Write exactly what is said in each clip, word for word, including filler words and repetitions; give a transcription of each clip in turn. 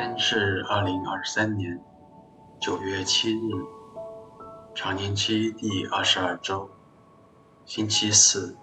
天是二零二三年九月七日，常年期第二十二周，星期四。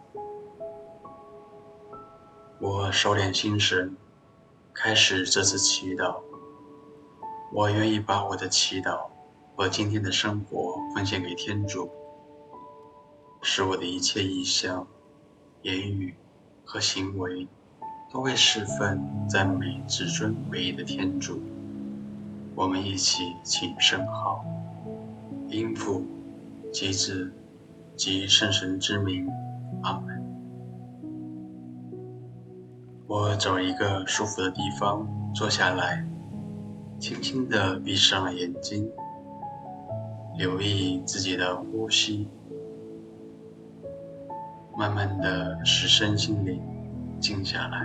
我收敛心神，开始这次祈祷。我愿意把我的祈祷和今天的生活奉献给天主，使我的一切意向、言语和行为都会侍奉赞美至尊唯一的天主。我们一起请圣号，因父及子及圣神之名，阿门。我找一个舒服的地方坐下来，轻轻地闭上了眼睛，留意自己的呼吸，慢慢地使身心灵静下来。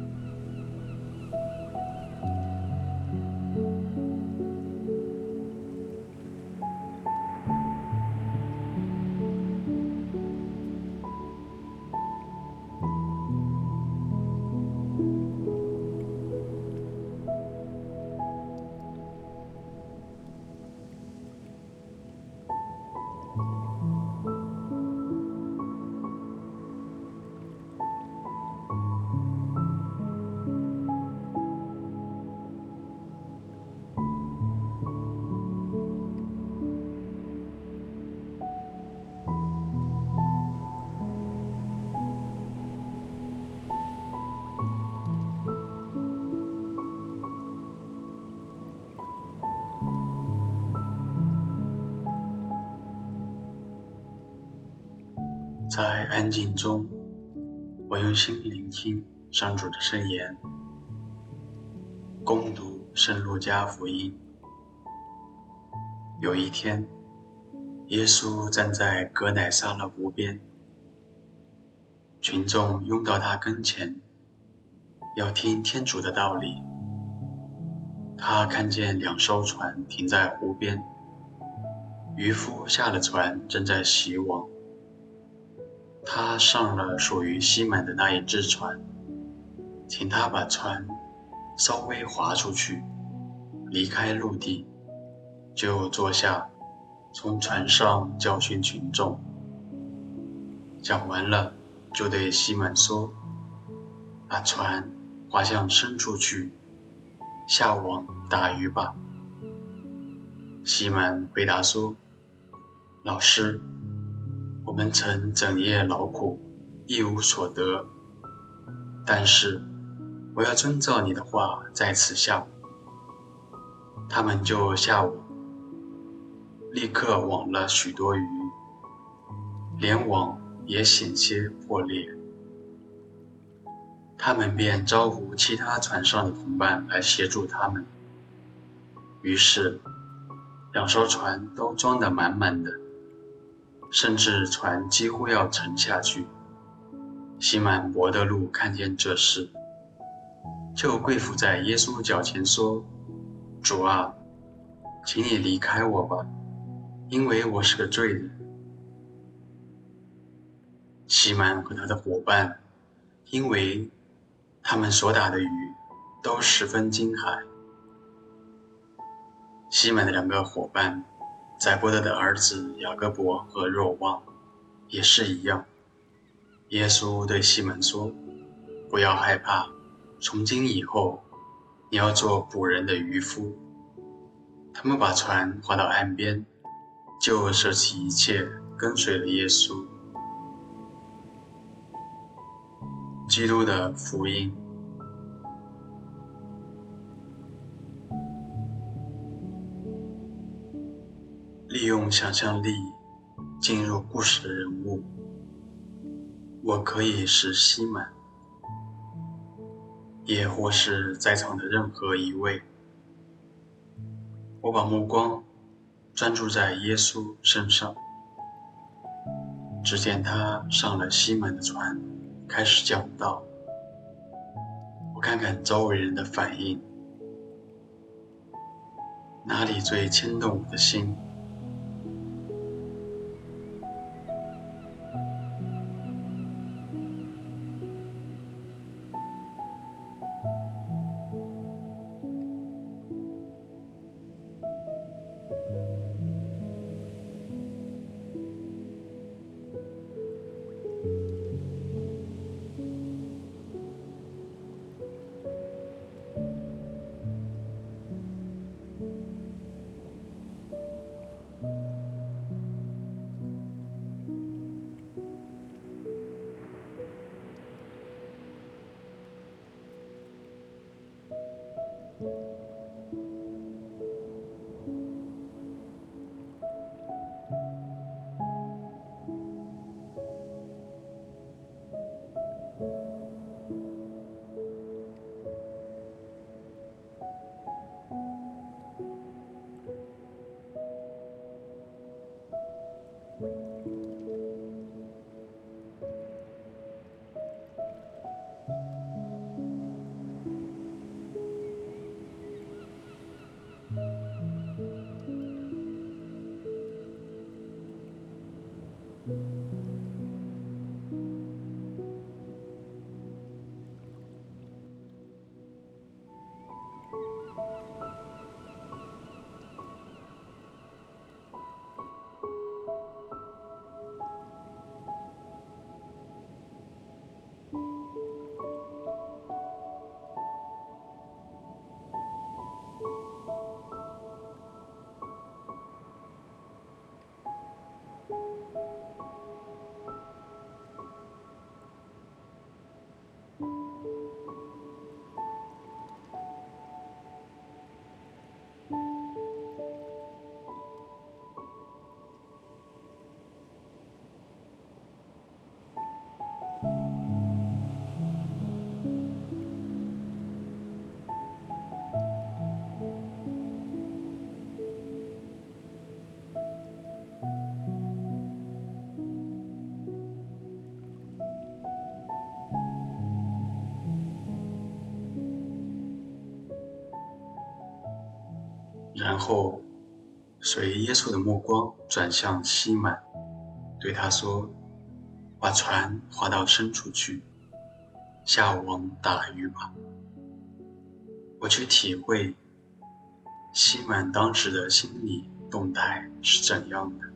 在安静中，我用心聆听上主的圣言，恭读圣路加福音。有一天，耶稣站在革乃撒勒湖边，群众拥到他跟前，要听天主的道理。他看见两艘船停在湖边，渔夫下了船，正在洗网。他上了属于西满的那一只船，请他把船稍微划出去，离开陆地，就坐下，从船上教训群众。讲完了，就对西满说：“把船划向深处去，下网打鱼吧。”西满回答说：“老师，我们曾整夜劳苦，一无所得，但是我要遵照你的话在此下网。”他们就下网，立刻网了许多鱼，连网也险些破裂。他们便招呼其他船上的同伴来协助他们，于是两艘船都装得满满的，甚至船几乎要沉下去。西满伯德禄看见这事，就跪伏在耶稣脚前说：“主啊，请你离开我吧，因为我是个罪人。”西满和他的伙伴，因为他们所打的鱼都十分惊骇。西满的两个伙伴，载伯德的儿子雅各伯和若望，也是一样。耶稣对西门说：“不要害怕，从今以后，你要做捕人的渔夫。”他们把船划到岸边，就舍弃一切，跟随了耶稣。基督的福音。利用想象力进入故事的人物。我可以是西满，也或是在场的任何一位。我把目光专注在耶稣身上，只见他上了西满的船，开始讲道。我看看周围人的反应，哪里最牵动我的心？ 然后随耶稣的目光转向西满，对他说：“把船划到深处去，下网打鱼吧。”我去体会西满当时的心理动态是怎样的。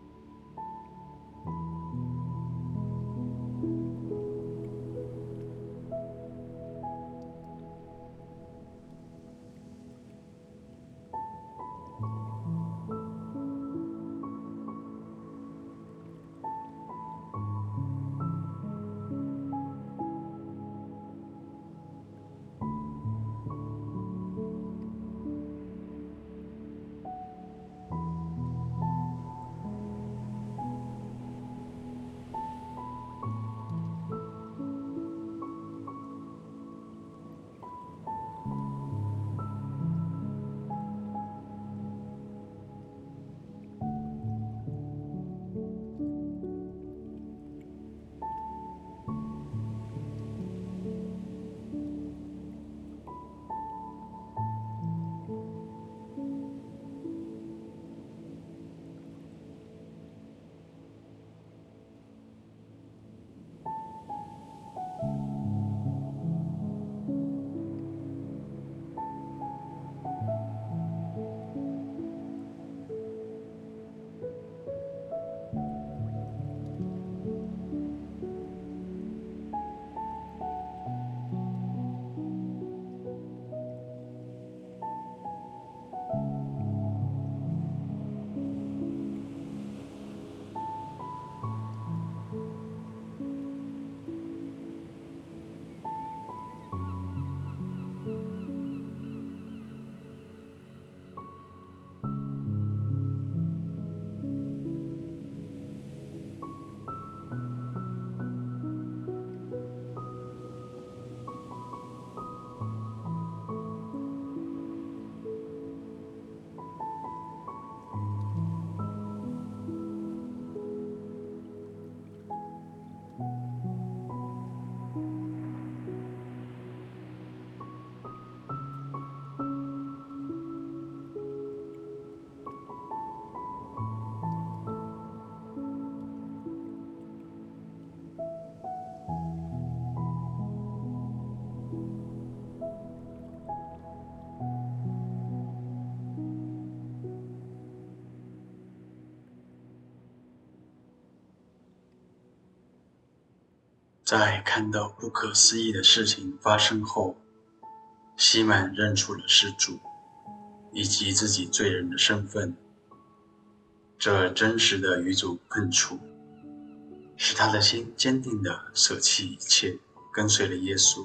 在看到不可思议的事情发生后，西满认出了是主，以及自己罪人的身份。这真实的与主碰触，使他的心坚定地舍弃一切，跟随了耶稣。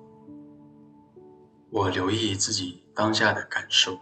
我留意自己当下的感受。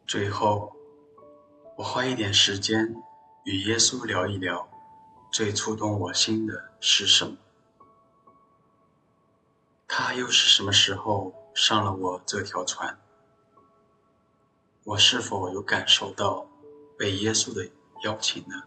最后，我花一点时间与耶稣聊一聊，最触动我心的是什么？他又是什么时候上了我这条船？我是否有感受到被耶稣的邀请呢？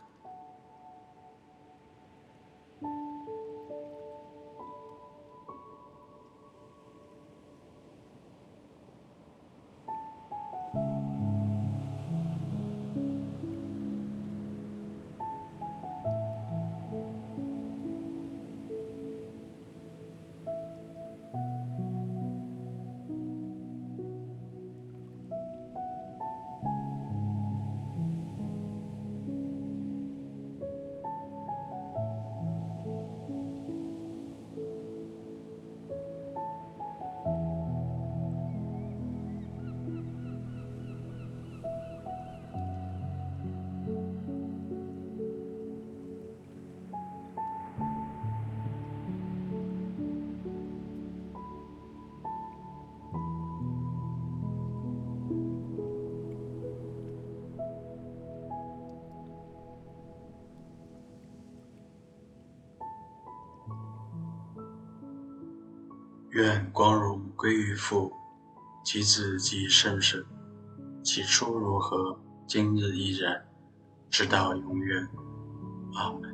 愿光荣归于父，及子及圣神，起初如何，今日依然，直到永远。阿门。